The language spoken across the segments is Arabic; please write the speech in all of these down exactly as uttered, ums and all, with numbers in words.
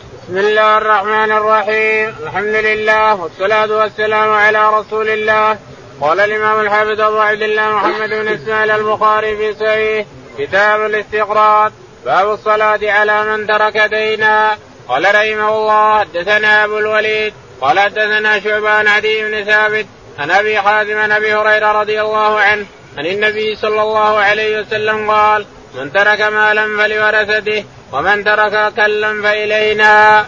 بسم الله الرحمن الرحيم. الحمد لله والصلاة والسلام على رسول الله. قال الإمام الحافظ أبو عبد الله محمد بن إسماعيل البخاري في صحيح كتاب الاستقراض باب الصلاة على من ترك دينا. قال رحمه الله حدثنا أبو الوليد قال حدثنا شعبة عن عدي بن ثابت عن أبي حازم عن أبي هريرة رضي الله عنه عن النبي صلى الله عليه وسلم قال: من ترك مالا فلورثته ومن ترك كلا فإلينا.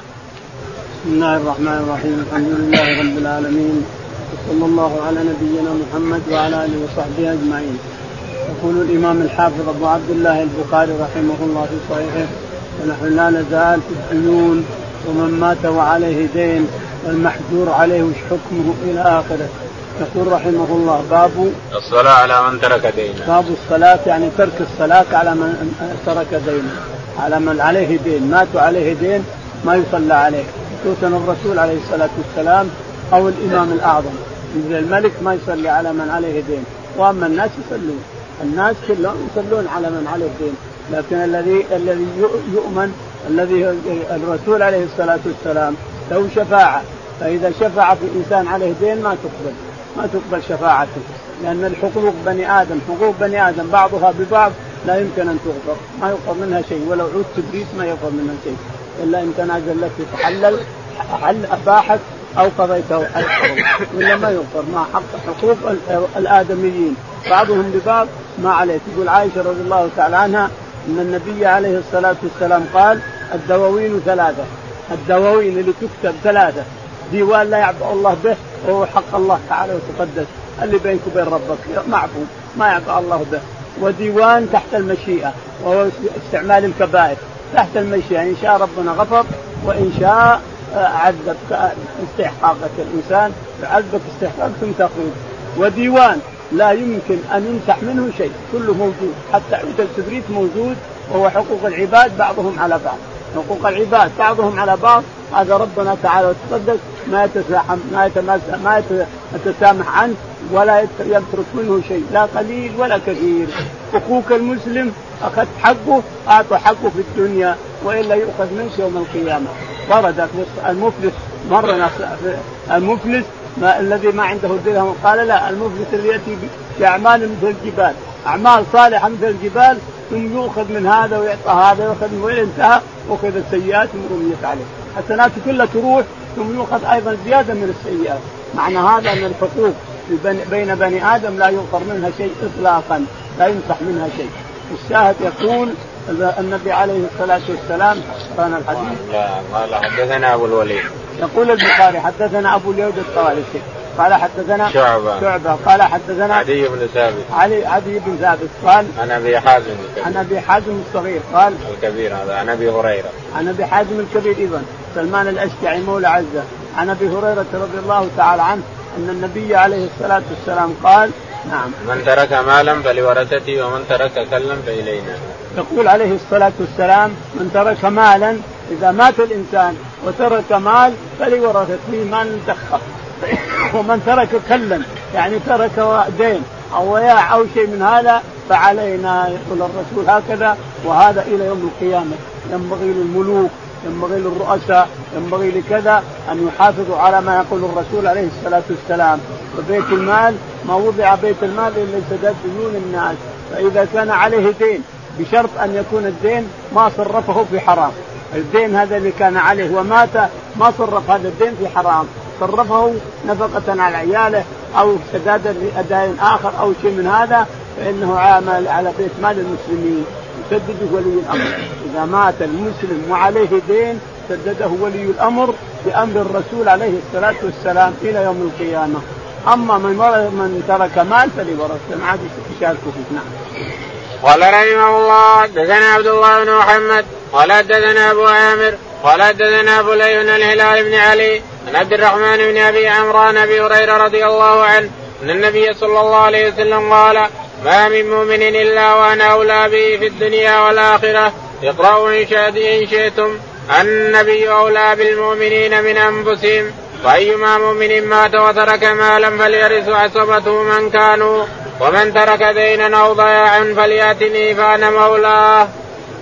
بسم الله الرحمن الرحيم. الحمد لله رب العالمين وصلى الله على نبينا محمد وعلى آله وصحبه أجمعين. يقول الإمام الحافظ أبو عبد الله البخاري رحمه الله في صحيحه: ونحن لا نزال في الديون ومن مات وعليه دين والمحجور عليه وش حكمه إلى آخره. يقول رحمه الله: باب الصلاة على من ترك دينا. باب الصلاة يعني ترك الصلاة على من ترك دينا، على من عليه دين، مات عليه دين ما يصلى عليه، خصوصا الرسول عليه الصلاة والسلام أو الإمام الأعظم مثل الملك ما يصلي على من عليه دين، وأما الناس يصلون، الناس كلهم يصلون على من عليه دين، لكن الذي الذي يؤمن الذي الرسول عليه الصلاة والسلام له شفاعة، فإذا شفع في إنسان عليه دين ما تقبل ما تقبل شفاعته، لأن الحقوق بني آدم حقوق بني آدم بعضها ببعض لا يمكن أن تغفر، ما يغفر منها شيء، ولو عود تبريد ما يغفر منها شيء إلا إن تنازل لك تحلل حل أباحت أو قضيته أكثر، ولا ما يغفر. ما حق حقوق الآدميين بعضهم ببعض ما عليه. تقول عائشة رضي الله تعالى عنها أن النبي عليه الصلاة والسلام قال: الدواوين ثلاثة، الدواوين اللي تكتب ثلاثة، ديوان لا يعبأ الله به وهو حق الله تعالى وتقدس اللي بينك وبين ربك معفو ما يعبأ الله به، وديوان تحت المشيئة وهو استعمال الكبائر تحت المشيئة، إن شاء ربنا غفر وإن شاء عذب استحقاقك الإنسان عذبك استحقاق ثم تخرج. وديوان لا يمكن أن يمسح منه شيء كله موجود، حتى عود الكبريت موجود وهو حقوق العباد بعضهم على بعض، حقوق العباد بعضهم على بعض، هذا ربنا تعالى وتقدس ما يتسامح ما يتماسح ما يتسامح عنه ولا يترك منه شيء لا قليل ولا كثير. حقوق المسلم أخذ حقه أعطى حقه في الدنيا وإلا يؤخذ منه يوم القيامة. وردت المفلس مرة المفلس ما الذي ما عنده درهم قال لا، المفلس اللي يأتي بأعمال مثل الجبال، أعمال صالحة مثل الجبال ثم يؤخذ من هذا ويعطى هذا ويأخذ من وين انتهى وأخذ السيئات ورميت عليه، حسناته كلها تروح ثم يؤخذ أيضا زيادة من السيئات. معنى هذا أن الحقوق بين بني آدم لا يغفر منها شيء إطلاقا، لا يمسح منها شيء. الشاهد يقول النبي عليه الصلاة والسلام كان الحديث قال حدثنا أبو الوليد، يقول البخاري حدثنا أبو الوليد الطوالسي قال حدثنا شعبة شعبة قال حدثنا عدي بن ثابت علي عدي بن ثابت قال عن أبي حازم عن أبي حازم الصغير قال الكبير هذا عن أبي هريرة عن أبي حازم الكبير إذن سلمان الأشجعي مولى عزة عن أبي هريرة رضي الله تعالى عنه أن النبي عليه الصلاة والسلام قال: نعم، من ترك مالا فلورثته ومن ترك كلا فإلينا. يقول عليه الصلاة والسلام: من ترك مالا، إذا مات الإنسان وترك مال فلورثته مال انتخب، ومن ترك كلا يعني ترك دين أو وياع أو شيء من هذا فعلينا. يقول الرسول هكذا، وهذا إلى يوم القيامة ينبغي للملوك ينبغي للرؤساء ينبغي لكذا أن يحافظوا على ما يقول الرسول عليه الصلاة والسلام. وبيت المال ما وضع بيت المال إلا لسداد ديون الناس، فإذا كان عليه دين بشرط أن يكون الدين ما صرفه في حرام، الدين هذا اللي كان عليه ومات ما صرف هذا الدين في حرام، صرفه نفقة على عياله أو سدادا لأداء آخر أو شيء من هذا، فإنه عامل على بيت مال المسلمين سدده ولي الأمر. إذا مات المسلم وعليه دين سدده ولي الأمر بأمر الرسول عليه الصلاة والسلام إلى يوم القيامة. أما من من ترك مال فلورثته ما عاد يشاركه فيه. نعم. قال رحمه الله حدثنا عبد الله بن محمد قال حدثنا أبو عامر قال حدثنا أبو ليث الهلال بن علي عن عبد الرحمن بن أبي عمرو عن أبي هريرة رضي الله عنه أن النبي صلى الله عليه وسلم قال: ما من مؤمن إلا وأنا أولى به في الدنيا والآخرة. اقرأوا إن شئتم النبي أولى بالمؤمنين من أنفسهم، فأيما مؤمن مات وترك مالا فليرث عصبته من كانوا، ومن ترك دينا أو ضياعا فليأتني فأنا مولاه.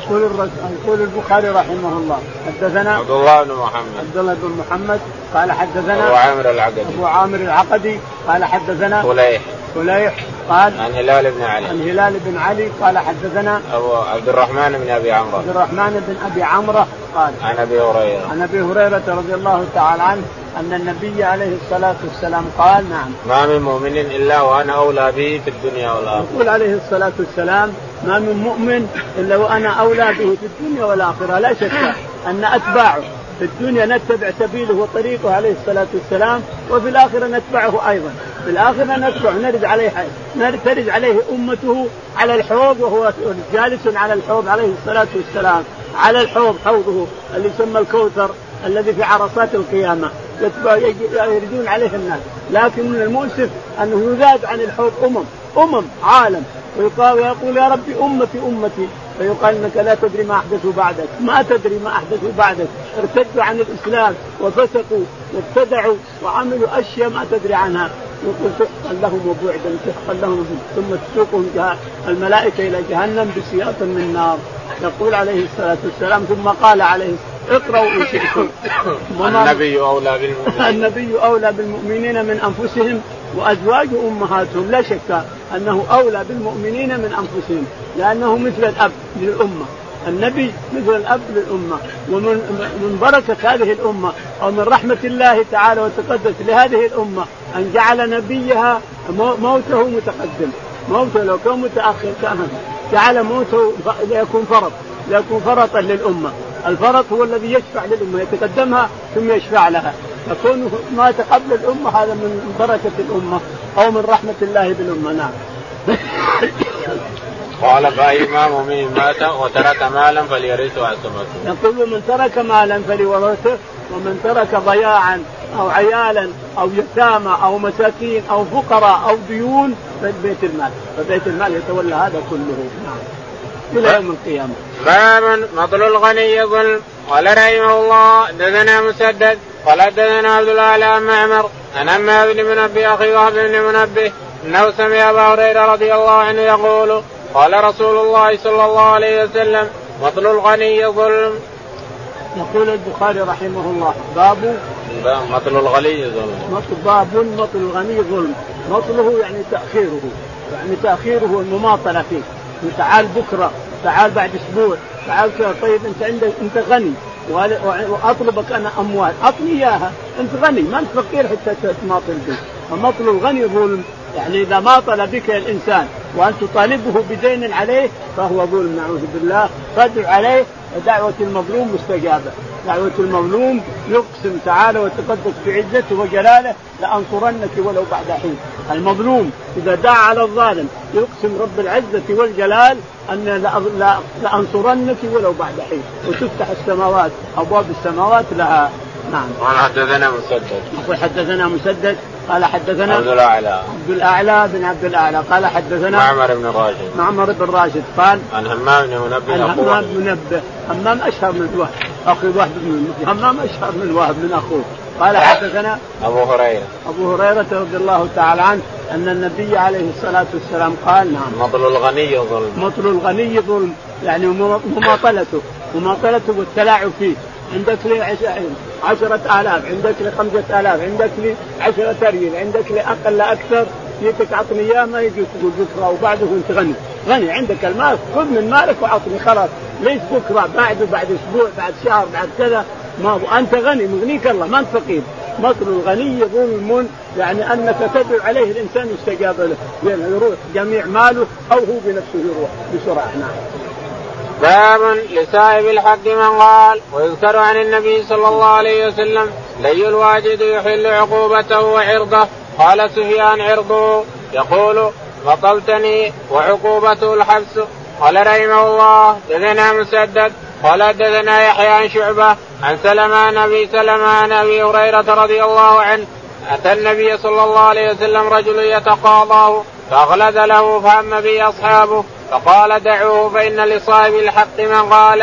يقول يقول البخاري رحمه الله حدثنا عبد الله بن محمد عبد الله بن محمد قال حدثنا أبو عامر العقدي أبو عامر العقدي قال حدثنا فليح فليح قال عن هلال بن علي عن هلال بن علي قال حدثنا أبو عبد الرحمن بن أبي عمرو عبد الرحمن بن أبي عمرو قال عن أبي هريرة عن أبي هريرة رضي الله تعالى عنه أن النبي عليه الصلاة والسلام قال نعم ما من مؤمن إلا وأنا أولى به في الدنيا والآخرة. يقول عليه الصلاة والسلام ما من مؤمن إلا وأنا أولى به في الدنيا والآخرة. لا شك أن أتباعه في الدنيا نتبع سبيله وطريقه عليه الصلاة والسلام وفي الآخرة نتبعه أيضا. في الآخرة نتبعه نرد عليه نرد عليه أمته على الحوض وهو جالس على الحوض عليه الصلاة والسلام على الحوض حوضه اللي يسمى الكوثر الذي في عرصات القيامة يردون عليه الناس. لكن من المؤسف أنه يزاد عن الحوض أمم أمم عالم ويقول يا ربي أمتي أمتي فيقال إنك لا تدري ما أحدثوا بعدك ما تدري ما أحدثوا بعدك ارتدوا عن الإسلام وفسقوا وابتدعوا وعملوا أشياء ما تدري عنها. يقول سحقا لهم وبعدا سحقا لهم ثم تسوقهم الملائكة إلى جهنم بسياط من نار. يقول عليه الصلاة والسلام ثم قال عليه اقرأوا إن شئتم النبي أولى بالمؤمنين النبي أولى بالمؤمنين من أنفسهم وأزواج أمهاتهم. لا شك أنه أولى بالمؤمنين من أنفسهم لأنه مثل الأب للأمة. النبي مثل الأب للأمة ومن من بركة هذه الأمة أو من رحمة الله تعالى وتقدس لهذه الأمة أن جعل نبيها موته متقدم. موته لو كان متأخر كان جعل موته ليكون فرط ليكون فرطا للأمة. الفرط هو الذي يشفع للأمة يتقدمها ثم يشفع لها. يكون مات قبل الأمة هذا من بركة الأمة أو من رحمة الله بالأمة. نعم. قال فأيما مؤمن مات وترك مالا فليرثه عصبته. يقول من ترك مالا فليورثه ومن ترك ضياعا أو عيالا أو يتامى أو مساكين أو فقراء أو ديون فبيت المال فبيت المال يتولى هذا كله. نعم. إلى يوم القيامة. باب مطل الغني ظلم. قال رحمه الله دثنا مسدد قال دثنا عبد الله على معمر عن عماد بن منبه أخي وهب بن منبه أنه سمع أبا هريرة رضي الله عنه يقول قال رسول الله صلى الله عليه وسلم مطل الغني ظلم. يقول البخاري رحمه الله باب مطل الغني ظلم. باب مطل الغني ظلم. مطله يعني تأخيره يعني تأخيره المماطلة فيه. تعال بكرة تعال بعد أسبوع تعال كذا. طيب أنت عندك أنت غني وأطلبك أنا أموال أعطني إياها. أنت غني ما أنت فقير حتى تماطل به. فمطل الغني ظلم يعني إذا ماطل بك الإنسان وأن تطالبه بدين عليه فهو ظلم نعوذ بالله. فادع عليه ودعوة المظلوم مستجابة. دعوة المظلوم يقسم تعالى وتقدس بعزته وجلاله لأنصرنك ولو بعد حين. المظلوم إذا دعا على الظالم يقسم رب العزة والجلال أن لأنصرنك ولو بعد حين وتفتح السماوات أبواب السماوات لها. نعم. قال حدثنا مسدد يقول حدثنا مسدد قال حدثنا عبد الأعلى عبد الأعلى بن عبد الأعلى قال حدثنا معمر بن راشد معمر بن راشد قال عن همام بن منبه عن همام بن منبه. همام أشهر من وهب أخي وهب بن همام أشهر من وهب من أخوه. قال حدثنا أبو هريرة أبو هريرة رضي الله تعالى عنه أن النبي عليه الصلاة والسلام قال نعم مطل الغني ظلم. مطل الغني ظلم يعني مماطلته مماطلته والتلاعب فيه. عندك لي عشرة آلاف عندك لي خمسة آلاف عندك لي عشرة ريال عندك لي أقل لا أكثر يتك عطني إياه ما يجي تقول بكرة وبعده أنت غني غني عندك المال خذ من مالك وعطني خلاص. ليش بكرة بعده بعد أسبوع بعد شهر بعد كذا ما أنت غني مغنيك الله ما أنت فقير. مطل الغني ظلم يعني أنك تدعو عليه الإنسان يستجاب له يعني يروح جميع ماله أو هو بنفسه يروح بسرعة. نعم. باب لصاحب الحق من قال ويذكر عن النبي صلى الله عليه وسلم لي الواجد يحل عقوبته وعرضه. قال سفيان عرضه يقول مطلتني وعقوبته الحبس. قال رحمه الله دثنا مسدد قال دثنا يحيى عن شعبة عن سلمة عن أبي سلمة عن أبي هريرة رضي الله عنه أتى النبي صلى الله عليه وسلم رجل يتقاضاه فأغلظ له فهم به أصحابه فقال دعوه فإن لصاحب الحق من قال.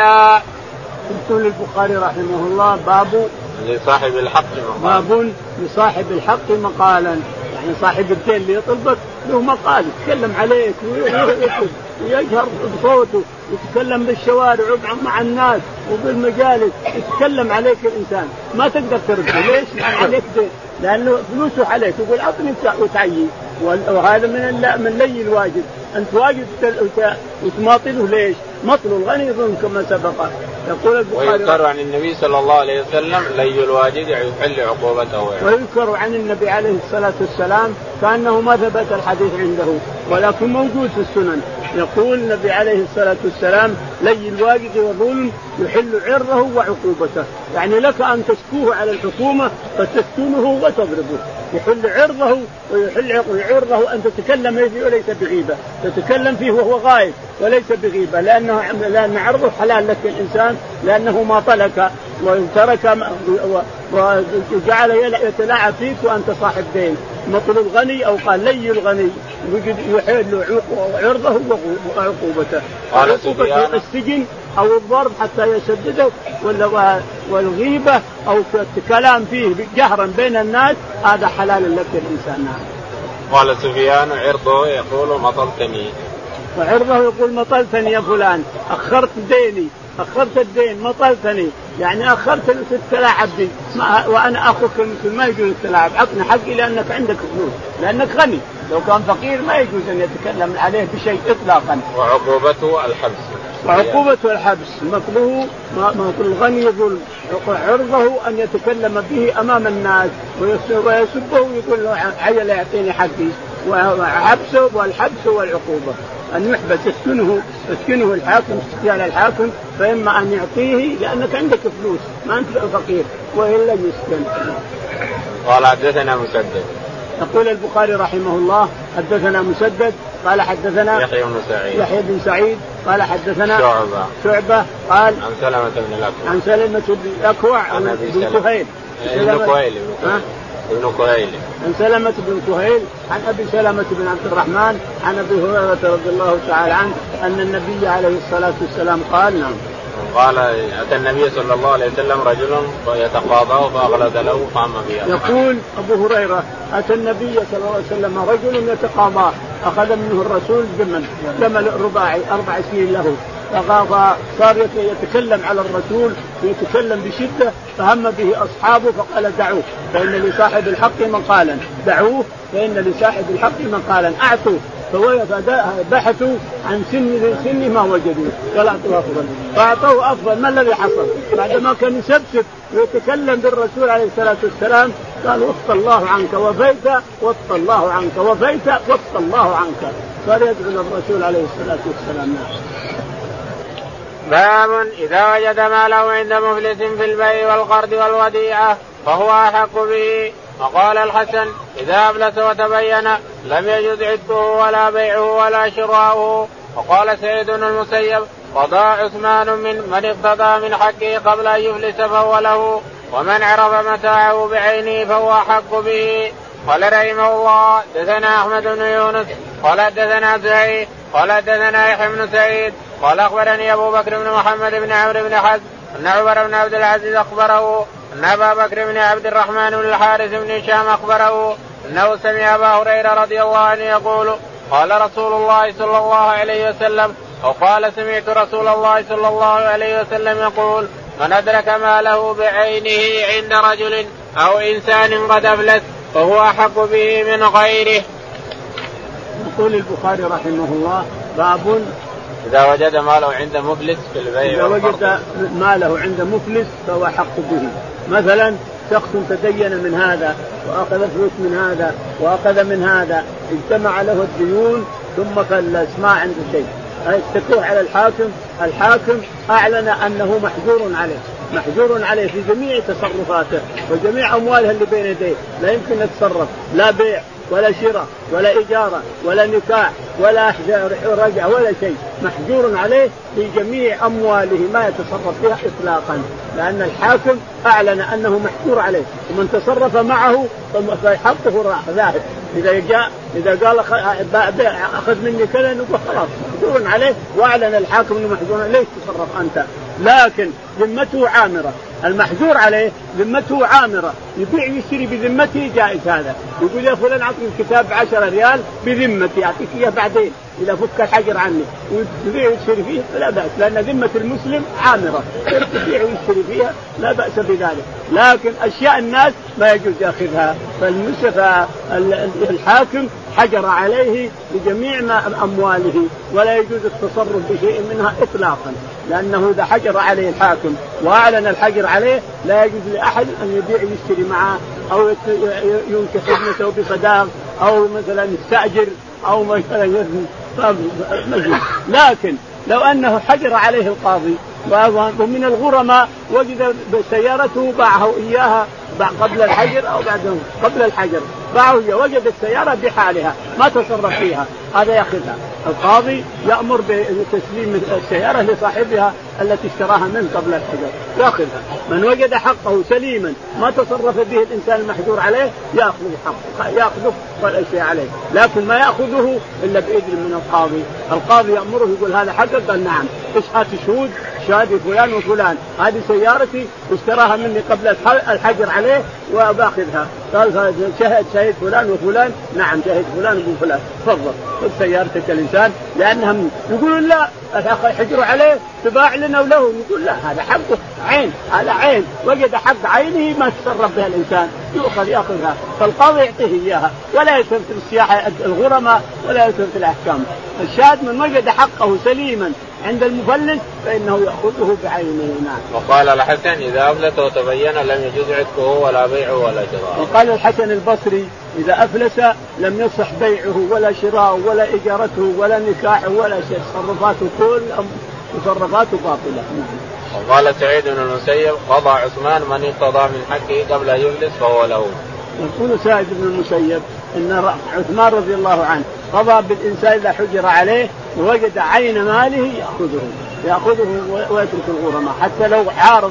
يقول البخاري رحمه الله باب لصاحب الحق مقالا. باب لصاحب الحق مقالا يعني صاحب الدين اللي يطلبك له مقال يتكلم عليك ويجهر بصوته يتكلم بالشوارع مع الناس وبالمجالس، يتكلم عليك الإنسان ما تقدر ترده. ليش؟ عليك دين، لأنه فلوسه عليك، يقول أعطني وتعيي. وهذا من من لي الواجب أن تواجد وتماطله. ليش؟ مطل الغني ظلم كما سبق. يقول البخاري ويذكر عن النبي صلى الله عليه وسلم لي الواجد يحل عقوبته. ويذكر عن النبي عليه الصلاة والسلام كأنه ما ثبت الحديث عنده ولكن موجود في السنن. يقول النبي عليه الصلاة والسلام لي الواجد والظلم يحل عرضه وعقوبته، يعني لك أن تشكوه على الحكومة فتسكنه وتضربه. يحل عرضه ويحل عرضه أن تتكلم فيه وليس بغيبة، تتكلم فيه وهو غائب وليس بغيبة، لأنه لأن عرضه حلال لك الإنسان، لأنه ما طلق وترك وجعل يتلاعب فيك وأنت صاحب دين. مطل الغني أو قال لي الغني يحل عرضه وعقوبته. عقوبته السجن أو الضرب حتى يسدده، والغيبة أو الكلام فيه جهرا بين الناس هذا حلال لك الإنسان. قال سفيان عرضه يقول مطلتني، وعرضه يقول مطلتني يا فلان، أخرت ديني، أخرت الدين، مطلتني يعني أخرت تتلاعب بي، وأنا أخوك المسلم ما يجوز التلاعب، عطني حقي لأنك عندك فلوس، لأنك غني. لو كان فقير ما يجوز أن يتكلم عليه بشيء إطلاقا. وعقوبته الحبس، وعقوبته الحبس. مطلوب مطلوب الغني ظلم، عرضه أن يتكلم به أمام الناس ويسبه ويقول له عيل يعطيني حقي، وحبسه والحبس والعقوبة أن يحبس يسكنه يسكنه الحاكم استقلال الحاكم، فإما أن يعطيه لأنك عندك فلوس ما أنت فقير وإلا يسكن. قال حدثنا مسدد. يقول البخاري رحمه الله حدثنا مسدد قال حدثنا يحيى بن سعيد يحيى بن سعيد قال حدثنا شعبة شعبة قال عن سلمة بن الأكوع عن سلمة بن الأكوع عن بن كهيل ابن كهيل ابن كهيل عن سلمة بن كهيل عن أبي سلمة بن عبد الرحمن عن أبي هريرة رضي الله تعالى عنه أن النبي عليه الصلاة والسلام قال نعم قال أتى النبي صلى الله عليه وسلم رجل يتقاضاه فأغلظ له فأما بها. يقول أبو هريرة أتى النبي صلى الله عليه وسلم رجل يتقاضاه، أخذ منه الرسول جمل جمل رباعي أربع سنين له، فصار يتكلم على الرسول ويتكلم بشدة، فهم به أصحابه فقال دعوه فإن لصاحب الحق مقالا، دعوه فإن لصاحب الحق مقالا، أعطوه. فبحثوا عن سن سن ما وجدوا قال أعطوه أفضل، فأعطوه أفضل. ما الذي حصل؟ بعدما كان يسبسب ويتكلم بالرسول عليه الصلاة والسلام قال وفق الله عنك وفيت، وفق الله عنك وفيت، وفق الله عنك، صار يدعو للرسول عليه الصلاة والسلام. باب إذا وجد ماله عند مفلس في البيع والقرض والوديعة فهو أحق به. وقال الحسن إذا أفلس وتبين لم يجوز عتقه ولا بيعه ولا شراؤه. وقال سعيد بن المسيب قضى عثمان من من اقتضى من حقه قبل أن يفلس فهو له، ومن عرف متاعه بعينه فهو أحق به. قال رحمه الله دثنا أحمد بن يونس قال دثنا زهير قال دثنا يحيى بن سعيد قال أخبرني أبو بكر بن محمد بن عمرو بن حزم أن عمر بن عبد العزيز أخبره أن أبا بكر بن عبد الرحمن بن الحارث بن هشام أخبره أنه سمع أبا هريرة رضي الله عنه يقول قال رسول الله صلى الله عليه وسلم أو قال سمعت رسول الله صلى الله عليه وسلم يقول من أدرك ماله بعينه عند رجل أو إنسان قد أفلس فهو أحق به من غيره. يقول البخاري رحمه الله باب إذا وجد ماله عند مفلس في البيع، إذا وجد ماله عند مفلس فهو حق به. مثلا شخص تدين من هذا وأخذ فلوس من هذا وأخذ من هذا، اجتمع له الديون ثم فلس ما عنده شيء، اشتكوه على الحاكم، الحاكم أعلن أنه محجور عليه محجور عليه في جميع تصرفاته وجميع أمواله اللي بين يديه، لا يمكن يتصرف لا بيع ولا شراء ولا إجارة ولا نكاح ولا رجع ولا شيء، محجور عليه في جميع أمواله ما يتصرف فيها إطلاقا، لأن الحاكم أعلن أنه محجور عليه، ومن تصرف معه فحقه ذاهب. إذا جاء إذا قال أخذ مني كذا نقول خلاص محجور عليه، وأعلن الحاكم أنه محجور عليه، ليش تصرف أنت؟ لكن ذمته عامرة. المحجور عليه ذمته عامرة، يبيع ويشتري بذمته جائز. هذا يقول يا فلان أعطني الكتاب بعشرة ريال بذمتي أعطيك إياه بعدين إذا فك الحجر عني، ويبيع ويشتري فيه فلا بأس، لأن ذمة المسلم عامرة يبيع ويشتري فيها لا بأس بذلك. لكن أشياء الناس ما يجوز يأخذها. فالمسلم الحاكم حجر عليه بجميع ما أمواله ولا يجوز التصرف بشيء منها إطلاقا، لأنه إذا حجر عليه الحاكم وأعلن الحجر عليه لا يجوز لأحد أن يبيع ويشتري معه أو ينكح ابنته بصداق أو مثلا يستأجر أو مثلا يذن. لكن لو أنه حجر عليه القاضي ومن الغرماء وجد سيارته باعه إياها قبل الحجر أو بعد قبل الحجر باعه إياه، وجد السيارة بحالها ما تصرف فيها، هذا يأخذها. القاضي يأمر بتسليم السيارة لصاحبها التي اشتراها منه قبل الحجر يأخذها. من وجد حقه سليما ما تصرف به الإنسان المحجور عليه يأخذ حقه يأخذه ولا شيء عليه، لكن ما يأخذه إلا بإذن من القاضي. القاضي يأمره يقول هذا حقك، قال نعم، اشهد شهود شهادة فلان وفلان هذه سيارتي اشتراها مني قبل الحجر عليه وباخذها. قال شهد شهيد فلان وفلان، نعم شهيد فلان وفلان، تفضل خذ سيارتك الإنسان. لأنهم يقولون لا الحجر عليه تباع لنا وله، يقول لا هذا حقه عين، هذا عين وجد حق عينه ما تصرف بها الإنسان يأخذ يأخذها. فالقاضي يعطيه إياها ولا يسلم في السياحة الغرماء ولا يسلم في الأحكام. الشاهد من وجد حقه سليما عند المفلس فإنه يأخذه بعينه. نعم. وقال الحسن إذا أفلس وتبين لم يجوز عتقه ولا بيعه ولا شراءه. وقال الحسن البصري إذا أفلس لم يصح بيعه ولا شراءه ولا إجارته ولا نكاحه ولا شيء، تصرفاته كل تصرفاته باطلة. وقال سعيد بن المسيب قضى عثمان من اقتضى من حقه قبل أن يفلس فهو له. يقول سعيد بن المسيب إن عثمان رضي الله عنه قضى بالإنسان إذا حجر عليه ووجد عين ماله يأخذه يأخذه ويترك الغرماء، حتى لو عارض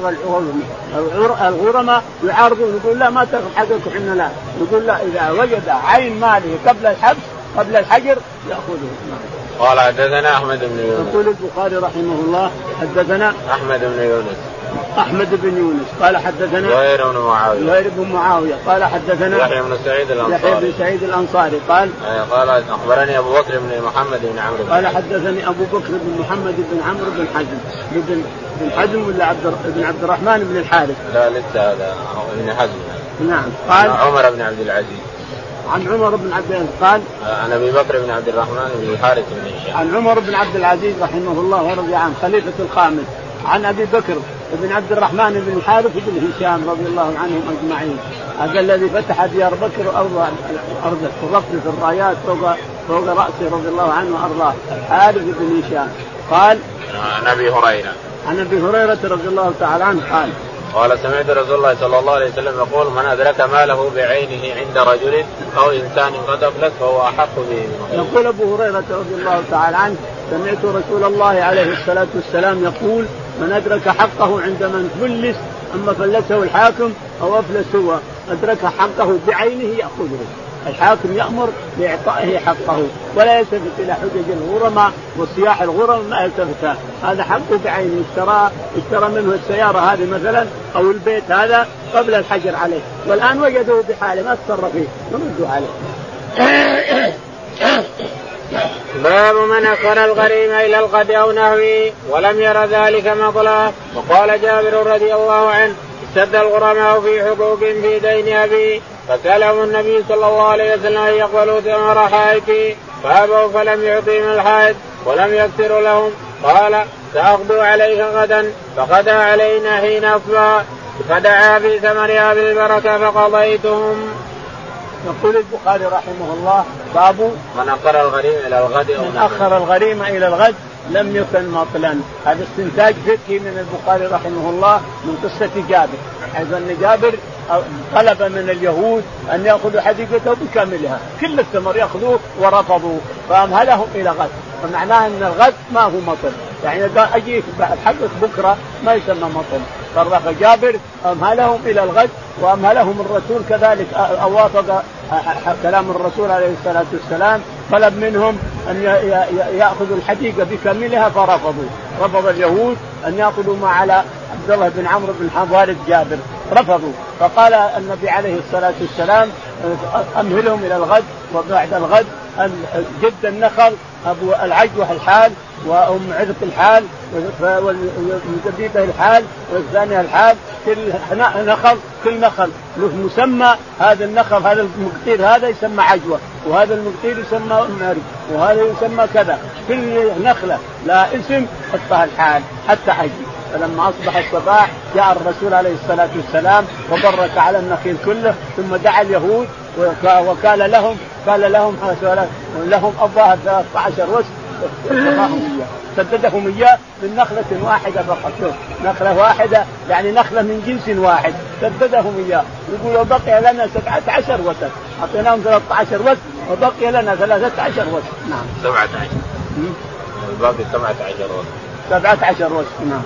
الغرماء الغرماء يعارضون يقول لا ما تأخذ حقك حنا لا، يقول لا إذا وجد عين ماله قبل الحبس قبل الحجر يأخذه. قال حدثنا أحمد بن يونس. يقول البخاري رحمه الله حدثنا أحمد بن يونس أحمد بن يونس قال حدثنا زهير بن معاوية زهير بن معاوية قال حدثنا يحيى بن سعيد الأنصاري يحيى بن سعيد الأنصاري قال قال أخبرني أبو بكر بن محمد بن عمرو قال حدثني أبو بكر بن محمد بن عمرو بن حزم بن بن حزم ولا عبد بن عبد الرحمن بن الحارث؟ لا لسه هذا ابن حزم. نعم. قال عمر بن عبد العزيز عن عمر بن عبد العزيز قال عن أبي بكر بن عبد الرحمن بن الحارث بن هشام عن عمر بن عبد العزيز رحمه الله ورضي عنه خليفة الخامس عن أبي بكر بن عبد الرحمن بن الحارث بن هشام رضي الله عنهم أجمعين. هذا الذي فتح ديار بكر أرض أرض الرفل في الرايات فوق فوق رأسه رضي الله عنه وأرضاه الحارث بن هشام. قال عن أبي هريرة عن أبي هريرة رضي الله تعالى عنه قال قال سمعت رسول الله صلى الله عليه وسلم يقول من أدرك ماله بعينه عند رجل أو إنسان قد أفلس فهو أحق به. يقول أبو هريرة رضي الله تعالى عنه سمعت رسول الله عليه الصلاة والسلام يقول من أدرك حقه عند من فلس أما فلسه الحاكم أو أفلس هو أدرك حقه بعينه يأخذه. الحاكم يأمر بإعطائه حقه ولا يلتفت إلى حجج الغرماء وصياح الغرم ما يلتفت، هذا حقه بعينه. اشترى اشترى منه السيارة هذه مثلا أو البيت هذا قبل الحجر عليه والآن وجدوه بحاله ما تصرف فيه نردوا عليه. باب من أخر الغريم إلى الغد أو نحوه ولم ير ذلك مطلع. وقال جابر رضي الله عنه اشتد الغرماء في حقوق في دين أبي فسألهم النبي صلى الله عليه وسلم أن يقبلوا ثمر حائطه فأبوا فلم يعطهم الحائط ولم يكثر لهم. قال سأغدو عليك غدا فغدا علينا حين أصبح فدعا في ثمرها بالبركة فقضيتهم. يقول البخاري رحمه الله باب من أخر الغريم إلى الغد أو من أخر الغريم إلى الغد لم يكن مطلا. هذا استنتاج فقهي من البخاري رحمه الله من قصة جابر، حيث أن جابر طلب من اليهود أن يأخذوا حديقته بكاملها كل الثمر يأخذوه ورفضوا فأمهلهم إلى غد، فمعناه أن الغد ما هو مطل، يعني إذا أجيك حقك بكرة ما يسمى مطل. فرق جابر أمهلهم إلى الغد وأمهلهم الرسول كذلك أوافق كلام الرسول عليه الصلاة والسلام، طلب منهم أن يأخذوا الحديقة بكاملها فرفضوا. رفض اليهود أن يأخذوا ما على عبد الله بن عمرو بن حوارث جابر، رفضوا. فقال النبي عليه الصلاة والسلام أمهلهم إلى الغد، وبعد الغد جد النخل أبو العجوة الحال وأم عرق الحال والزبيبة الحال والثانية الحال، كل نخل كل نخل له مسمى. هذا النخل هذا المقطير هذا يسمى عجوة، وهذا المقطير يسمى أم عرق، وهذا يسمى كذا. كل نخلة لا اسم حطها الحال حتى حجي. فلما أصبح الصباح جاء الرسول عليه الصلاة والسلام وبرك على النخيل كله، ثم دعا اليهود وقال لهم قال لهم لهم الظاهر ثلاثة عشر وسط سددهم إياه من نخلة واحدة فقط. نخلة واحدة يعني نخلة من جنس واحد سددهم إياه. يقولوا بقي لنا سبعة عشر وسط، أعطيناهم ثلاثة عشر وسط وبقي لنا ثلاثة عشر وسط. نعم سبعة عشر الباقي سبعة عشر وسط سبعة عشر وسط. نعم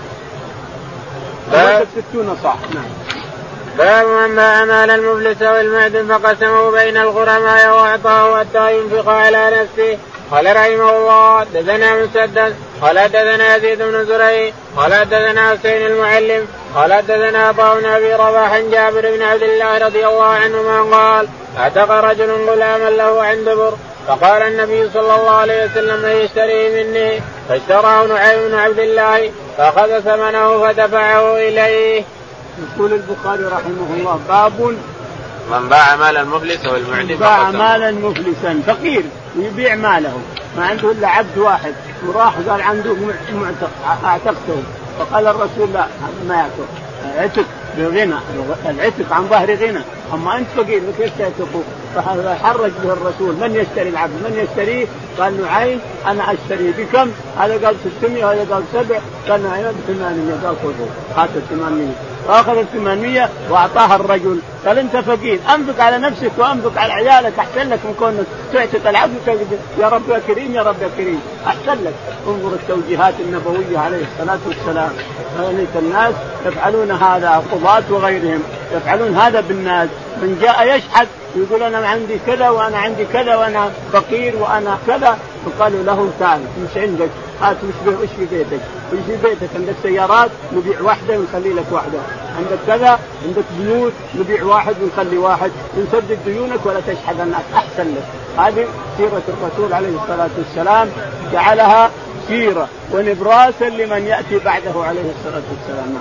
باب ستون صح. نعم باب من باع مال المفلس والمعدن فقسمه بين الغرماء واعطاه حتى ينفق على نفسه. قال رحمه الله حدثنا مسدد قال حدثنا يزيد بن زريع قال حدثنا حسين المعلم قال حدثنا عطاء بن ابي رباح عن جابر بن عبد الله رضي الله عنهما قال اعتق رجل غلاما له عند بر، فقال النبي صلى الله عليه وسلم من يشتري مني، فاشتراه نعيم بن عبد الله فاخذ ثمنه فدفعه اليه. يقول البخاري رحمه الله باب من باع مال المفلس والمعدن باع مالا مفلسا فقير ويبيع ماله، ما عنده الا عبد واحد وراح قال عنده معتق اعتقته، فقال الرسول لا هذا ما يعتق، عتق بغنى، العتق عن ظهر غنى، اما انت فقير كيف تعتقه؟ فحرج به الرسول من يشتري العبد من يشتريه؟ قال نعيم انا اشتري بكم؟ هذا قال ستمائة وهذا قال سبع، قال نعيم بثمانمائة، قال خذه هات الثمانمائة، واخذ الثمانمائة واعطاها الرجل. قال انت فقير انفق على نفسك وانفق على عيالك، احسن لك من كونك تعتق العبد يا رب يا كريم يا رب يا كريم، احسن لك. انظر التوجيهات النبويه عليه الصلاه والسلام. الناس يفعلون هذا، قضاة وغيرهم يفعلون هذا بالناس. من جاء يشحذ يقول انا عندي كذا وانا عندي كذا وانا فقير وانا كذا، فقالوا له تعال مش عندك هات وش في بيتك، وش في بيتك؟ عندك سيارات نبيع واحده ونخلي لك واحده، عندك كذا عندك بيوت نبيع واحد ونخلي واحد، نسدد ديونك ولا تشحذ الناس، احسن لك. هذه سيره الرسول عليه الصلاه والسلام، جعلها سيره ونبراسا لمن ياتي بعده عليه الصلاه والسلام.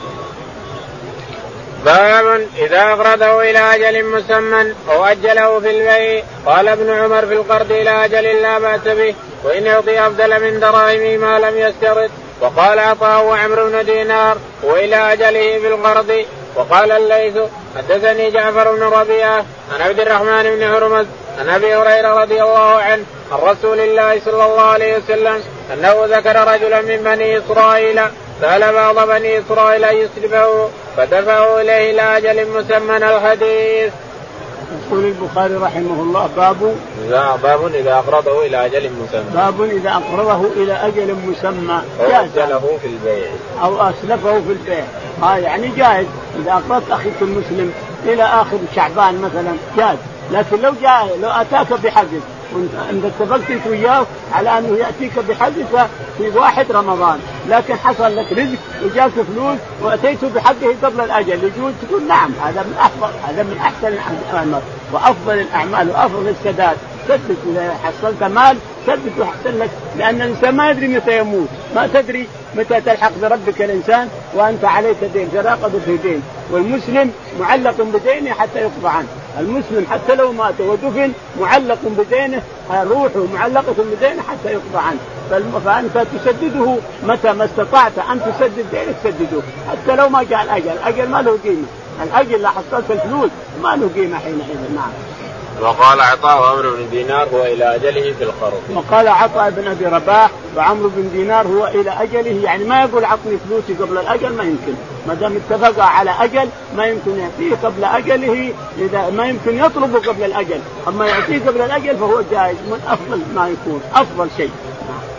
باب إذا أقرضه إلى أجل مسمى أو أجله في البيع. قال ابن عمر في القرض إلى أجل لا بأس به، وإن يعطي أفضل من دراهم ما لم يشترط. وقال عطاء وعمرو بن دينار وإلى أجله في القرض. وقال الليث حدثني جعفر بن ربيعة عن عبد الرحمن بن هرمز عن أبي هريرة رضي الله عنه عن رسول الله صلى الله عليه وسلم أنه ذكر رجلا من بني إسرائيل سأل بعض بني إسرائيل أن يسلفه فدفعوا إليه إلى أجل مسمى الحديث. يقول البخاري رحمه الله باب باب إذا أقرضه إلى أجل مسمى باب إذا أقرضه إلى أجل مسمى أو أجله في البيع أو أسلفه في البيع. ها يعني جائز إذا أقرضت أخيك المسلم إلى آخر شعبان مثلا جائز، لكن لو جاء لو أتاك بحجز وانت اتفقت انت وياه على انه ياتيك بحقك في واحد رمضان، لكن حصل لك رزق وجاك فلوس واتيته بحقه قبل الاجل، يجوز تقول نعم هذا من افضل هذا من احسن الاعمال وافضل الاعمال وافضل السداد. سدد اذا حصلت مال سدد واحسن لك، لان الانسان ما يدري متى يموت، ما تدري متى تلحق بربك الانسان وانت عليك دين، تراقب في دين، والمسلم معلق بدينه حتى يقضى عنه. المسلم حتى لو مات ودفن معلق بدينه، روحه معلقة بدينه حتى يقضى عنه، فأنت تسدده متى ما استطعت أن تسدد دينك سدده حتى لو ما جاء الأجل. الأجل ما له قيمة، الأجل لا حصلت الفلوس ما له قيمة حينئذ. نعم. وقال عطاء وعمرو بن دينار هو إلى أجله في القرض. وقال عطاء بن أبي رباح وعمرو بن دينار هو إلى أجله، يعني ما يقول عطني فلوسي قبل الأجل، ما يمكن، ما دام اتفق على أجل ما يمكن يعطيه قبل أجله، إذا ما يمكن يطلبه قبل الأجل، أما يعطيه قبل الأجل فهو جائز من أفضل ما يكون، أفضل شيء.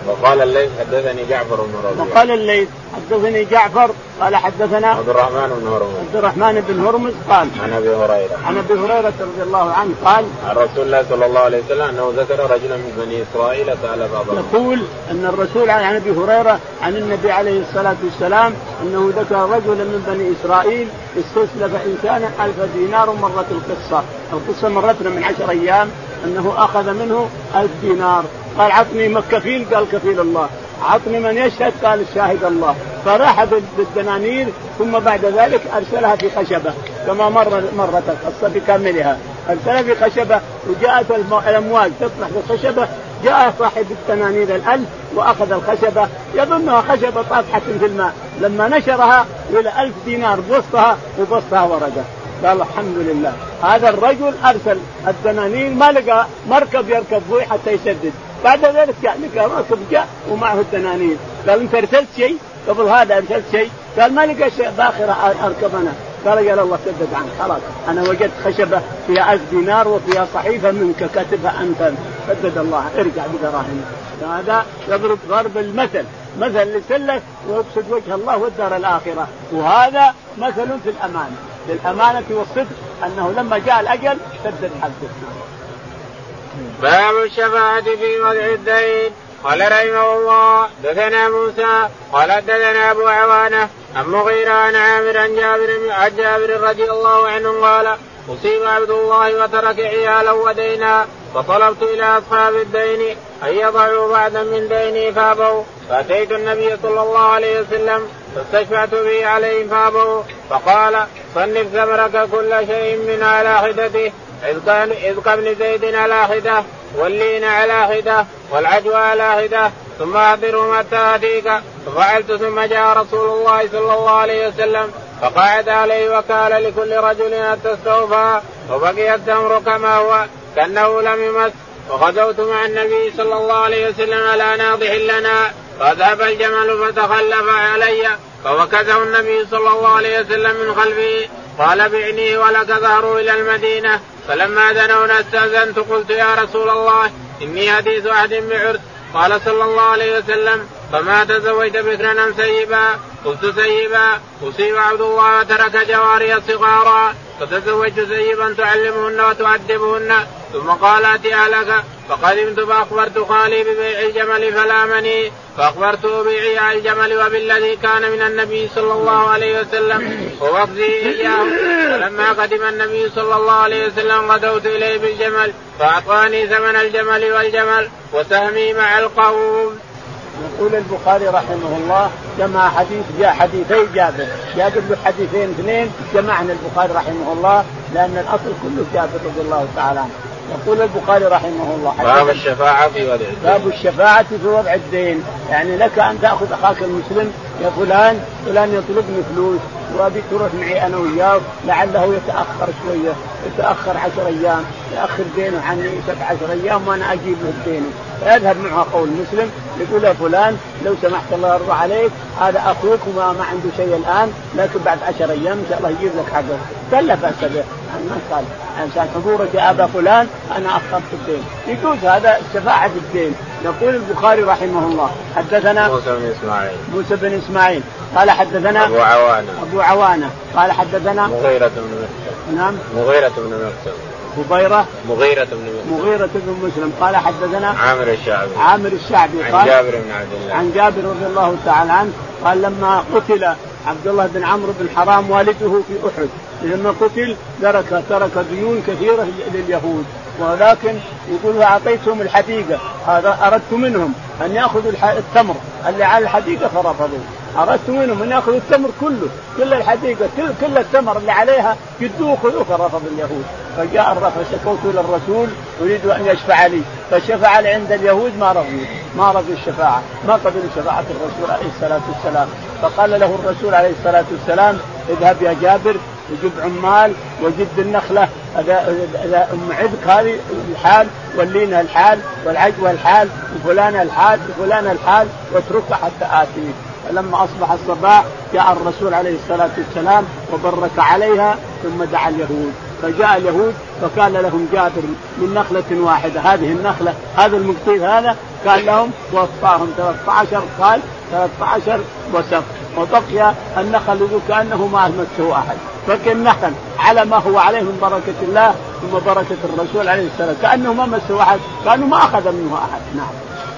وقال الليث حدثني جعفر بن ربيعة. وقال الليث حدثني جعفر قال حدثنا عبد الرحمن بن هرمز. عبد الرحمن بن هرمز قال عن ابي هريره عن ابي هريره رضي الله عنه قال عن رسول الله صلى الله عليه وسلم انه ذكر رجلا من بني اسرائيل سأل بعضهم. يقول ان الرسول عن ابي هريره عن النبي عليه الصلاه والسلام انه ذكر رجلا من بني اسرائيل استسلف انسانا الف دينار. مرت القصه القصه مرتنا من عشر ايام انه اخذ منه الف دينار. قال عطني كفيل قال كفيل الله. عطني من يشهد قال الشاهد الله. فراح بالدنانير ثم بعد ذلك ارسلها في خشبه كما مر مرت القصه بكاملها. ارسلها في خشبه وجاءت الامواج تطلع في الخشبه. جاء صاحب الدنانير الالف واخذ الخشبه يظنها خشبه طافحه في الماء. لما نشرها الى الف دينار بوسطها وبسطها ورقه. قال الحمد لله هذا الرجل ارسل الدنانير ما لقى مركب يركب فيه حتى يسدد. بعد ذلك جاء لقى مركب جاء ومعه الدنانير. قال انت ارسلت شيء قبل هذا؟ ارسلت شيء؟ قال ما لقى شيء باخر اركب انا. قال يا الله سدد عنك خلاص انا وجدت خشبه فيها ألف دينار وفيها صحيفه منك كاتبها انت. سدد الله ارجع بدراهم. هذا يضرب ضرب المثل مثل لسلك ويقصد وجه الله والدار الاخره. وهذا مثل في الامانه في الامانه والصدق انه لما جاء الاجل سدد حقه. باب الشفاعة في وضع الدين. قال رحمه الله دثنا موسى قال دثنا أبو عوانة عن مغيرة عن عامر عن جابر عن جابر رضي الله عنه قال أصيب عبد الله وترك عيالا ودينا فطلبت إلى أصحاب الدين أن يضعوا بعدا من ديني فابوا. فأتيت النبي صلى الله عليه وسلم فاستشفعت به عليهم فابوا. فقال صنف ثمرك كل شيء من على حدته إذ كابن زيد على حدة واللين على حدة والعجوى على حدة ثم أحضرهم حتى أتيك. ففعلت ثم جاء رسول الله صلى الله عليه وسلم فقعد عليه وقال لكل رجل أن تستوفى وبقي التمر كما هو كأنه لم يمس. وغزوت مع النبي صلى الله عليه وسلم على ناضح لنا فذهب الجمل فتخلف علي فوكزه النبي صلى الله عليه وسلم من خلفه قال بعني ولك ظهروا إلى المدينة. فلما دنونا استأذنت قلت يا رسول الله إني حديث عهد بعرس. قال صلى الله عليه وسلم فما تزوجت بكرا أم سيبا؟ قلت سيبا. أصيب عبد الله وترك جواري صغارا فتزوجت سيبا تعلمهن وتؤدبهن. ثم قال أتي أهلك. فقدمت فأخبرت خالي ببيع الجمل فلامني فأخبرته ببيع الجمل وبالذي كان من النبي صلى الله عليه وسلم ووفده إياه. فلما قدم النبي صلى الله عليه وسلم غدوت إليه بالجمل فأعطاني ثمن الجمل والجمل وسهمي مع القوم. يقول البخاري رحمه الله جمع حديث جاء حديثي جابر جابر له حديثين اثنين جمعنا البخاري رحمه الله لأن الأصل كله جابر رضي الله تعالى عنه. يقول البخاري رحمه الله باب الشفاعة في وضع الدين. باب الشفاعة في وضع الدين. يعني لك أن تأخذ أخاك المسلم يا فلان فلان يطلبني فلوس وأبي تروح معي أنا وياه لعله يتأخر شوية يتأخر عشر أيام يأخر دينه عني سبع عشر أيام وأنا أجيب له الدين. فيذهب معه قول مسلم يقول يا فلان لو سمحت الله يرضى عليك هذا أخوك وما ما عنده شيء الآن لكن بعد عشر أيام إن شاء الله يجيب لك حقه. كلا بأس به ما قال عشان حضورك يا أبا فلان أنا أخذت الدين. يجوز هذا شفاعة الدين. يقول البخاري رحمه الله حدثنا موسى بن إسماعيل موسى بن إسماعيل قال حدثنا أبو عوانة أبو عوانة قال حدثنا مغيرة بن مسلم نعم مغيرة بن مسلم خبيرة مغيرة بن مسلم مغيرة بن مسلم قال حدثنا عامر الشعبي عامر الشعبي عن قال جابر بن عبد الله عن جابر رضي الله تعالى عنه قال لما قتل عبد الله بن عمرو بن حرام والده في أحد لما قتل ترك ترك ديون كثيرة لليهود ولكن يقول أعطيتهم الحديقة هذا أردت منهم أن يأخذوا التمر اللي على الحديقة فرفضوا. أردت منهم أن يأخذوا التمر كله كل الحديقة كل, كل التمر اللي عليها يدوه خذوه فرفض اليهود. فجاء الرفض شكوت إلى الرسول أريد أن يشفع لي فشفع لي عند اليهود ما رضوا ما رضوا الشفاعة ما قبلوا شفاعة الرسول عليه الصلاة والسلام. فقال له الرسول عليه الصلاة والسلام اذهب يا جابر وجب عمال وجد النخلة هذا أم عبك هذه الحال واللينة الحال والعجوة الحال وفلانة الحال وفلانة الحال واتركها حتى آتيه. فلما أصبح الصباح جاء الرسول عليه الصلاة والسلام وبرك عليها ثم دعا اليهود. فجاء اليهود فقال لهم جابر من نخلة واحدة هذه النخلة هذا المقطير هذا كان لهم وسطاهم ثلاثة عشر قال ثلاثة عشر وسط، وبقي النخل يقول كأنه ما مسه أحد، بقي النخل على ما هو عليه من بركة الله ثم بركة الرسول عليه السلام، كأنه ما مسه أحد، كأنه ما أخذ منه أحد. نعم.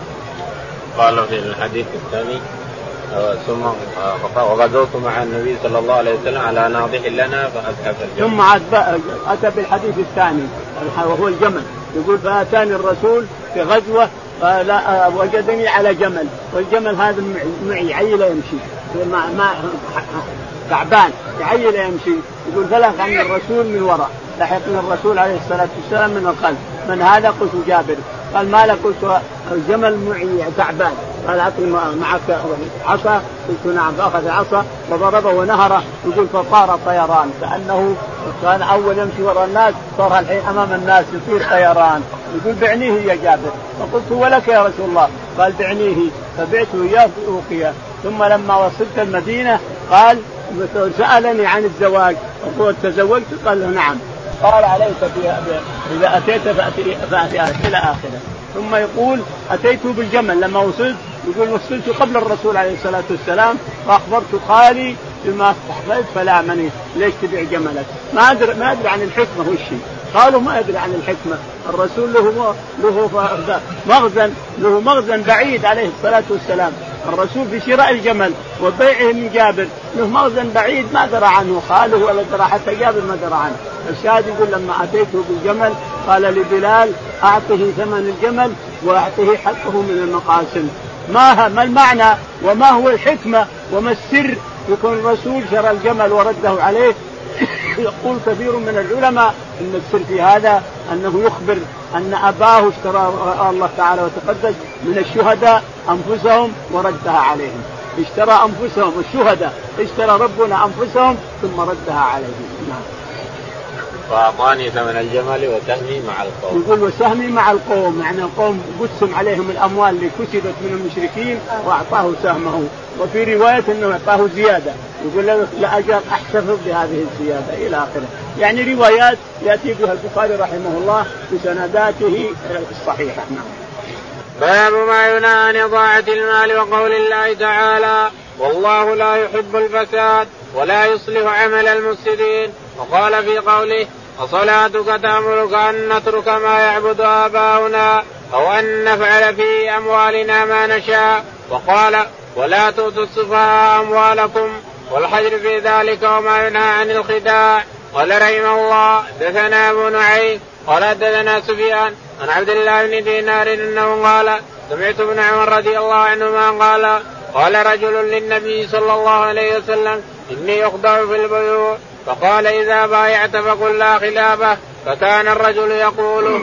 قال في الحديث الثاني ثم وغزوت مع النبي صلى الله عليه وسلم على ناضح لنا فأزحف الجمل. ثم أتى بالحديث الثاني وهو الجمل، يقول فأتاني الرسول في غزوة فلا وجدني على جمل، والجمل هذا معي عيل يمشي ما ما تعبان يعيل يمشي، يقول فلح عن الرسول من وراء، لحقنا الرسول عليه الصلاة والسلام من الخلف، من هذا؟ قلت جابر. قال ما لك؟ قلت الجمل معي تعبان. قال أعطني معك عصا. قلت نعم، فأخذ عصا وضربه ونهره، يقول فطار طيران كأنه كان أول يمشي وراء الناس صار الحين أمام الناس يطير طيران. يقول بعنيه يا جابر. فقلت ولك يا رسول الله؟ قال بعنيه، فبعته إياه في أوقية. ثم لما وصلت المدينة قال سألني عن الزواج، فقلت تزوجت؟ قال له نعم. قال عليك إذا أتيت فأتي إلى آخره. ثم يقول أتيت بالجمل لما وصلت، يقول وصلت قبل الرسول عليه الصلاة والسلام فأخبرت خالي بما استحببت فلامني ليش تبيع جملك؟ ما أدري ما أدري عن الحكمة هو الشيء. قالوا ما أدري عن الحكمة، الرسول له له مغزى له مغزى بعيد عليه الصلاة والسلام. الرسول في شراء الجمل وبيعه من جابر له مغزى بعيد ما درى عنه خاله ولا درى حتى جابر ما درى عنه. الشاهد يقول لما أتيته بالجمل قال لبلال أعطه ثمن الجمل وأعطه حقه من المقاسم. ما ما المعنى وما هو الحكمة وما السر يكون الرسول شرى الجمل ورده عليه؟ يقول كثير من العلماء ان السر في هذا انه يخبر ان اباه اشترى الله تعالى وتقدس من الشهداء انفسهم وردها عليهم. اشترى انفسهم الشهداء، اشترى ربنا انفسهم ثم ردها عليهم. نعم. وأعطاني ثمن الجمل وسهمي مع القوم. يقول وسهمي مع القوم، يعني القوم قسم عليهم الأموال اللي كسبت من المشركين وأعطاه سهمه. وفي رواية أنه أعطاه زيادة، يقول له لأجل أحتفظ بهذه الزيادة إلى آخره. يعني روايات يأتي بها البخاري رحمه الله بسنداته الصحيحة. نعم. باب ما ينهى عن إضاعة المال وقول الله تعالى والله لا يحب الفساد ولا يصلح عمل المفسدين. وقال في قوله وصلاتك تأمرك أن نترك ما يعبد آباؤنا أو أن نفعل في أموالنا ما نشاء. وقال ولا تؤتوا السفهاء أموالكم والحجر في ذلك وما ينهى عن الخداع. قال رحمه الله دثنا أبو نعيم قال دثنا سفيان عن عبد الله بن دينار إنه قال سمعت ابن عمر رضي الله عنهما قال قال رجل للنبي صلى الله عليه وسلم إني أخدع في البيوع فقال إذا بايعت فقل لا خلافه. فكان الرجل يقول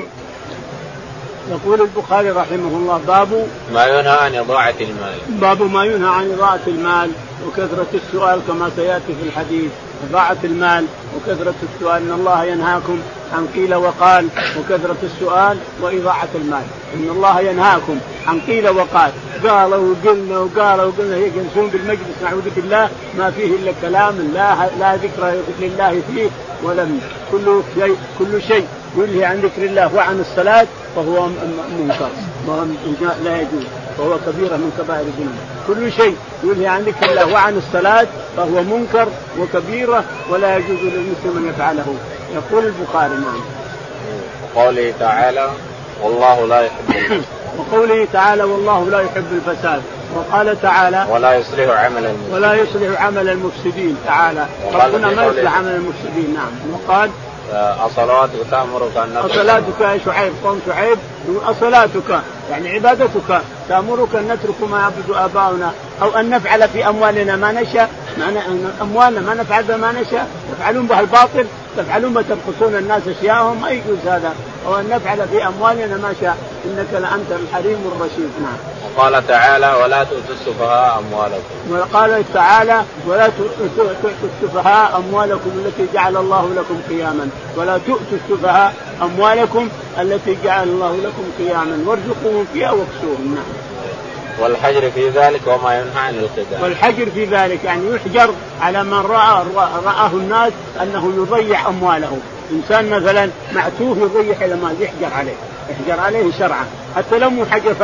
يقول البخاري رحمه الله باب ما ينهى عن إضاعة المال. باب ما ينهى عن إضاعة المال وكثرة السؤال كما سيأتي في الحديث. إضاعة المال وكثرة السؤال إن الله ينهاكم عن قيل وقال وكثرة السؤال وإضاعة المال. إن الله ينهاكم عن قيل وقال، قالوا وقلنا وقالوا وقلنا يجلسون بالمجلس نعوذ بالله ما فيه إلا كلام لا لا ذكر لله فيه ولم كل شيء كل شيء ينهي عن ذكر الله وعن الصلاة فهو منكر لا يجوز وهو كبيرة من كبائر الذنوب. كل شيء ينهي عن ذكر الله وعن الصلاة فهو منكر وكبيرة ولا يجوز للمسلم أن يفعله. يقول البخاري نعم. وقوله تعالى والله لا يحب وقوله تعالى والله لا يحب الفساد. وقال تعالى ولا يصلح عمل المفسدين. ولا يصلح عمل المفسدين تعالى ربنا ما يصلح عمل المفسدين. نعم. وقال أصلاتك تأمرك أن نترك أصلاتك يا شعيب قوم شعيب أصلاتك يعني عبادتك تأمرك أن نترك ما يعبد آباؤنا أو أن نفعل في أموالنا ما نشاء. أموالنا ما نفعل بما نشاء تفعلون بها الباطل تفعلون ما تبخسون الناس أشياءهم ما يجوز هذا. أو أن نفعل في أموالنا ما شاء إنك لأنت الحليم الرشيد. نعم. وقال تعالى ولا تؤتوا السفهاء أموالكم. وقال تعالى ولا تؤتوا السفهاء أموالكم التي جعل الله لكم قياما ولا تؤتوا السفهاء أموالكم التي جعل الله لكم قياما وارزقوهم فيها واكسوهم. نعم. والحجر في ذلك وما ينهى عن الخداع. والحجر في ذلك يعني يحجر على من رأى رآه الناس أنه يضيع أمواله. إنسان مثلا معتوه يضيع المال يحجر عليه يحجر عليه شرعا حتى لو مو حجر فلس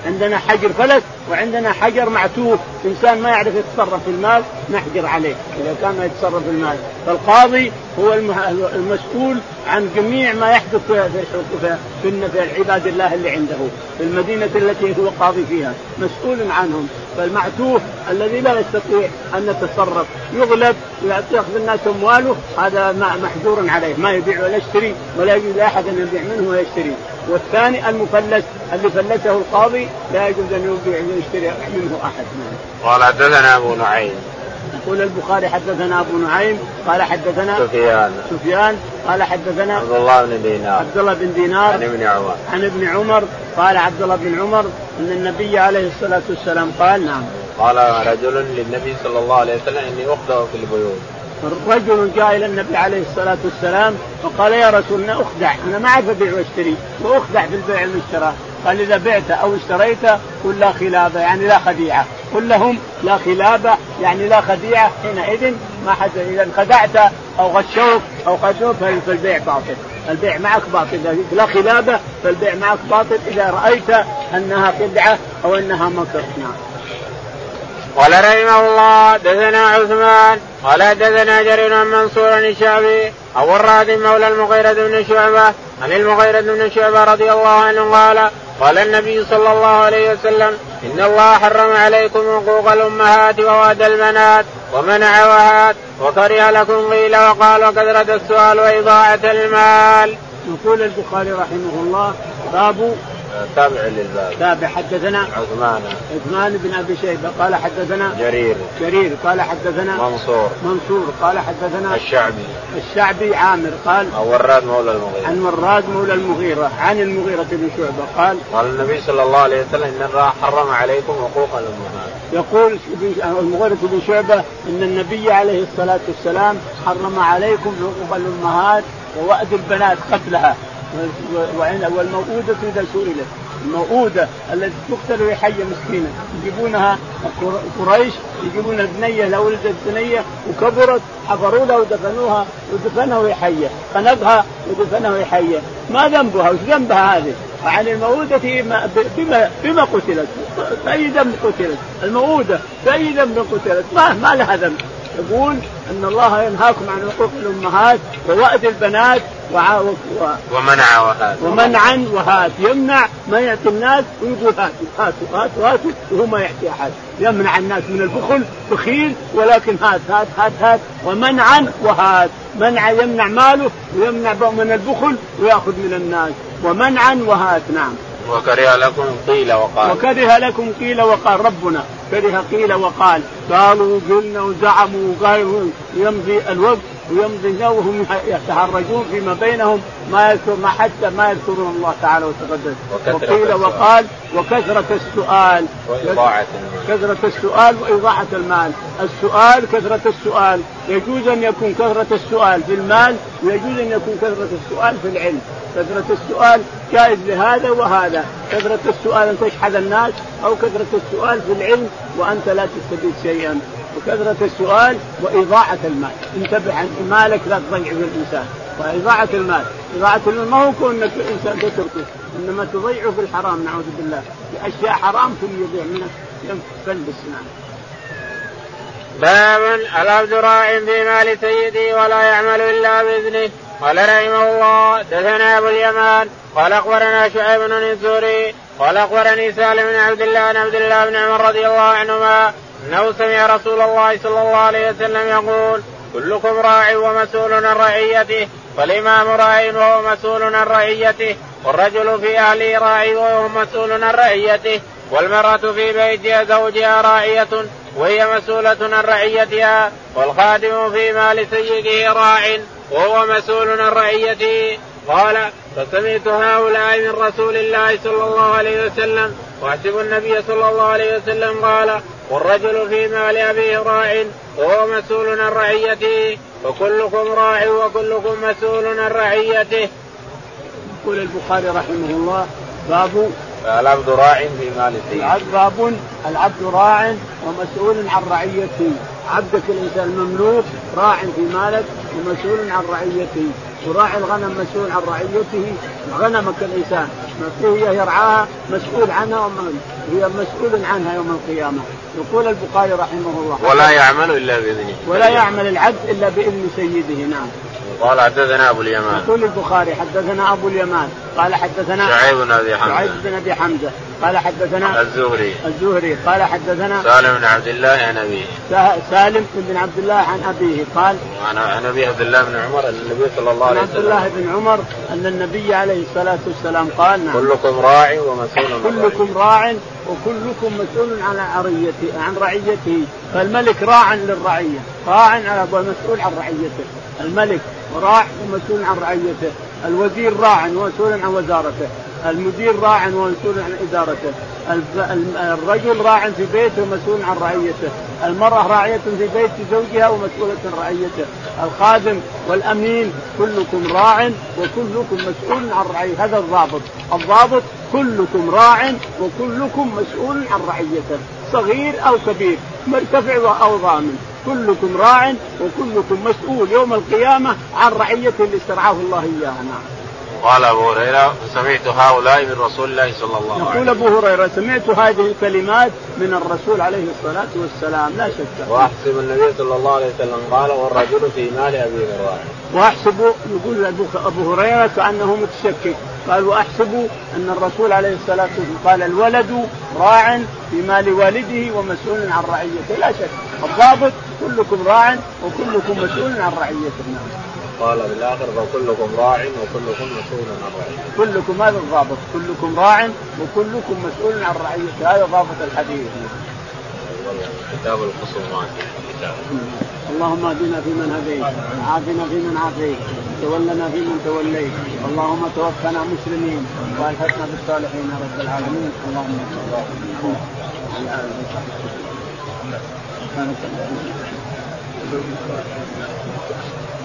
عندنا حجر فلس وعندنا حجر معتوه، إنسان ما يعرف يتصرف في المال نحجر عليه إذا كان ما يتصرف في المال. فالقاضي هو المسؤول عن جميع ما يحدث في في العباد الله اللي عنده في المدينة التي هو قاضي فيها، مسؤول عنهم. فالمعتوه الذي لا يستطيع أن يتصرف يغلب ويأخذ الناس أمواله، هذا محجور عليه، ما يبيع ولا يشتري ولا يجوز لأحد أن يبيع منه ويشتري. والثاني المفلس اللي فلسه القاضي لا يجوز أن يبيع ويشتري منه أحد. قال حدثنا أبو نعيم. يقول البخاري حدثنا أبو نعيم قال حدثنا سفيان سفيان قال حدثنا عبد الله بن دينار عبد الله بن دينار عن ابن عمر عن ابن عمر قال عبد الله بن عمر أن النبي عليه الصلاة والسلام قال نعم قال رجل للنبي صلى الله عليه وسلم إني أخدع في البيوت. رجل جاء إلى النبي عليه الصلاة والسلام وقال يا رسول الله أخدع، أنا ما أعرف أبيع واشتري وأخدع في البيع والشراء. قال إذا بعت أو اشتريت قل لا خلابة يعني لا خديعة، قل لهم لا خلابة يعني لا خديعة، حينئذ ما حد إذا خدعت أو غشوك أو خدوك فالبيع باطل، البيع معك باطل، لا خلابة فالبيع معك باطل إذا رأيت أنها خدعة أو أنها مكر. نعم. قال رحمه الله دثنا عثمان قال دثنا جرير عن منصور الشعبي أو الراد مولى المغيرة بن شعبة عن المغيرة بن شعبة رضي الله عنه قال قال النبي صلى الله عليه وسلم إن الله حرم عليكم حقوق الأمهات ووعد البنات ومنع وهات وكره لكم قيل وقال وكثرة السؤال وإضاعة المال. يقول البخاري رحمه الله باب تابع للباب. تابع حدثنا عثمان عثمان بن أبي شيبة قال حدثنا جرير جرير قال حدثنا منصور منصور قال حدثنا الشعبي الشعبي عامر قال عن وراد مولى المغيرة عن وراد مولى المغيرة عن المغيرة بن شعبة قال قال النبي صلى الله عليه وسلم إن الله حرم عليكم حقوق الأمهات. يقول المغيرة بن شعبة إن النبي عليه الصلاة والسلام حرم عليكم حقوق الأمهات ووعد البنات قتلها والموؤودة إذا سئلت، الموؤودة التي تقتل وهي حية مسكينة يجيبونها قريش يجيبون البنية لو ولدت بنية وكبرت حفروا لها ودفنوها ودفنها وهي حية، خنقها ودفنها وهي حية، ما ذنبها وش ذنبها هذه؟ عن الموؤودة بما بما قتلت، بأي ذنب قتلت الموؤودة، بأي ذنب قتلت، ما ما لها ذنب. يقول أن الله ينهاكم عن حقوق الأمهات ووعد البنات ومنع وهات ومنعا وهات، يمنع ما يعطي الناس ويقول هاتوا هاتوا هاتوا هاتوا وهو ما يعطي أحد، يمنع الناس من البخل بخيل ولكن هات هات هات هات ومنعا وهات، منع يمنع ماله ويمنع من البخل ويأخذ من الناس ومنعا وهات. نعم. وكره لكم قيل وقال وكره لكم قيل وقال ربنا كره قيل وقال، قالوا وقلنا وزعموا وقالوا يمضي الوقت ويمضي وهم يتحرجون فيما بينهم ما يذكر ما حتى ما يذكرون الله تعالى وتقدس. وقيل وقال وكثرة السؤال وإضاعة كثرة السؤال وإضاعة المال. السؤال كثرة السؤال يجوز أن يكون كثرة السؤال في المال ويجوز أن يكون كثرة السؤال في العلم. كثرة السؤال جائز لهذا وهذا، كثرة السؤال أن تشحذ الناس أو كثرة السؤال في العلم وأنت لا تستفيد شيئا. وكثرة السؤال وإضاعة المال، انتبه عن مالك لا تضيعه الإنسان. وإضاعة المال إضاعة المال ما هو كونك إنسان تتركه، إنما تضيعه في الحرام نعوذ بالله بأشياء حرام ثم يضيع منك فلبس. نعم. باب العبد راع في مال سيده ولا يعمل إلا بإذنه. قال رحمه الله دثنا أبو اليمان قال أخبرنا شعيب بن الزهري قال أخبرني سالم بن عبد الله بن عبد الله بن عمر رضي الله عنهما أنه سمع رسول الله صلى الله عليه وسلم يقول كلكم راع ومسؤول عن رعيته، فالإمام راع وهو مسؤول عن رعيته، والرجل في أهله راع وهو مسؤول عن رعيته، والمرأة في بيتها زوجها راعية وهي مسؤولة عن رعيتها، والخادم في مال سيده راع وهو مسؤول عن رعيته. قال فسمعت هؤلاء من رسول الله صلى الله عليه وسلم واحسب النبي صلى الله عليه وسلم قال والرجل في مال أبيه راع وهو مسؤول عن رعيته، وكلكم راع وكلكم مسؤول عن رعيته. يقول البخاري رحمه الله باب العبد راع في مال سيده. باب العبد راع ومسؤول عن رعيته. عبدك الإنسان المملوك راع في مالك ومسؤول عن رعيته، وراعي الغنم مسؤول عن رعيته. غنمك الإنسان هي يرعاها مسؤول عنها ومن هي مسؤول عنها يوم القيامة. يقول البخاري رحمه الله ولا يعمل إلا بإذنه ولا يعمل العبد إلا بإذن سيده. نعم. قال حدثنا أبو اليمان. يقول البخاري حدثنا أبو اليمان قال حدثنا شعيب بن أبي حمزة شعيب بن أبي حمزة قال حدثنا الزهري الزهري قال حدثنا سالم بن عبد الله عن أبيه سالم بن عبد الله عن أبيه قال عن أبي عبد الله بن عمر أن النبي صلى الله عليه وسلم عبد الله بن عمر أن النبي عليه الصلاة والسلام قال نعم كلكم راع ومسؤول كلكم راع وكلكم مسؤول عن رعيته عن رعيته. فالملك راع للرعية راع ومسؤول عن رعيته. الملك راع ومسؤول عن رعيته. الوزير راع ومسؤول عن وزارته. المدير راع ومسؤول عن إدارته. الرجل راع في بيته ومسؤول عن رعيته. المرأة راعية في بيت زوجها ومسؤولة عن رعيته. الخادم والأمين كلكم راع وكلكم مسؤول عن رعيته. هذا الضابط. الضابط كلكم راع وكلكم مسؤول عن رعيته صغير أو كبير مرتفع أو ضامن. كلكم راع وكلكم مسؤول يوم القيامة عن رعيته اللي استرعاه الله إياها. قال أبو هريرة سمعت هؤلاء من رسول الله صلى الله عليه وسلم. يقول أبو هريرة سمعت هذه الكلمات من الرسول عليه الصلاة والسلام لا شك. وأحسب النبي صلى الله عليه وسلم قال والرجل في مال أبي مروان. وأحسب يقول أبو هريرة كأنه متشكك قال وأحسب أن الرسول عليه الصلاة والسلام قال الولد راع في مال والده ومسؤول عن رعيته. لا شك الضابط كلكم راع وكلكم مسؤول عن رعيته. قال بالآخر فكلكم راع وكلكم مسؤول عن رعيته. كلكم هذا الضابط كلكم راع وكلكم مسؤول عن رعيته. هذا ضابط الحديث. كتاب الخصومات. اللهم اهدنا فيمن هديت وعافنا فيمن عافيت وتولنا فيمن توليت اللهم توفنا مسلمين والحقنا بالصالحين يا رب العالمين. اللهم صل على محمد.